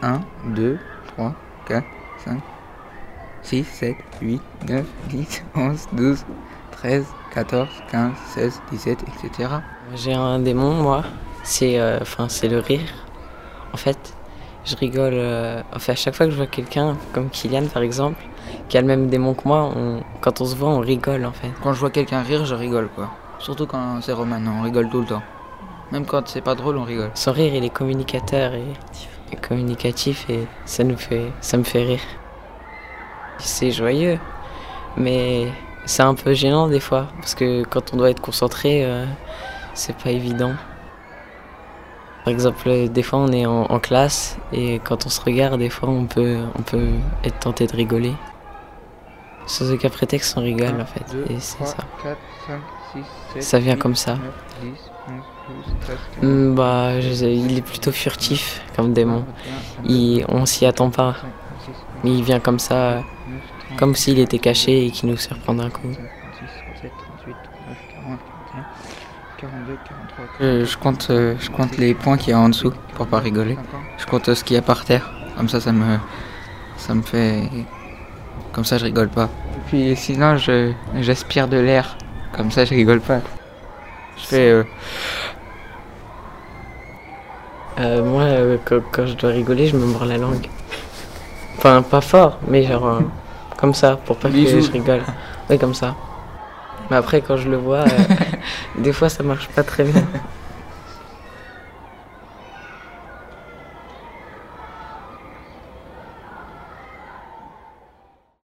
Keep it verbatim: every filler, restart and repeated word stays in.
un, deux, trois, quatre, cinq, six, sept, huit, neuf, dix, onze, douze, treize, quatorze, quinze, seize, dix-sept, et cetera. J'ai un démon, moi, c'est euh, enfin, c'est le rire. En fait, je rigole. Euh, enfin, à chaque fois que je vois quelqu'un, comme Kylian par exemple, qui a le même démon que moi, on, quand on se voit, on rigole en fait. Quand je vois quelqu'un rire, je rigole quoi. Surtout quand c'est Roman, on rigole tout le temps. Même quand c'est pas drôle, on rigole. Son rire, il est communicateur et, et communicatif et ça nous fait, ça me fait rire. C'est joyeux, mais c'est un peu gênant des fois parce que quand on doit être concentré, euh, c'est pas évident. Par exemple, des fois on est en, en classe et quand on se regarde, des fois on peut, on peut être tenté de rigoler. Sans aucun prétexte, on rigole en fait. Et c'est ça. quatre, cinq, six, sept, Ça vient comme ça. neuf, dix, onze, douze, treize, Hmm, bah, je- il est plutôt furtif comme démon. Il, on s'y attend pas. Mais il vient comme ça, comme s'il était caché et qu'il nous surprend d'un coup. Euh, je compte, euh, je compte les points qu'il y a en dessous pour pas rigoler. Je compte euh, ce qu'il y a par terre. Comme ça, ça me, ça me fait, comme ça, je rigole pas. Et puis sinon, je, j'aspire de l'air. Comme ça, je rigole pas. Je fais. Euh... Euh, moi, euh, quand, quand je dois rigoler, je me mords la langue. Enfin, pas fort, mais genre euh, comme ça, pour pas que Bisous. je rigole. Oui, comme ça. Mais après, quand je le vois, euh, des fois, ça marche pas très bien.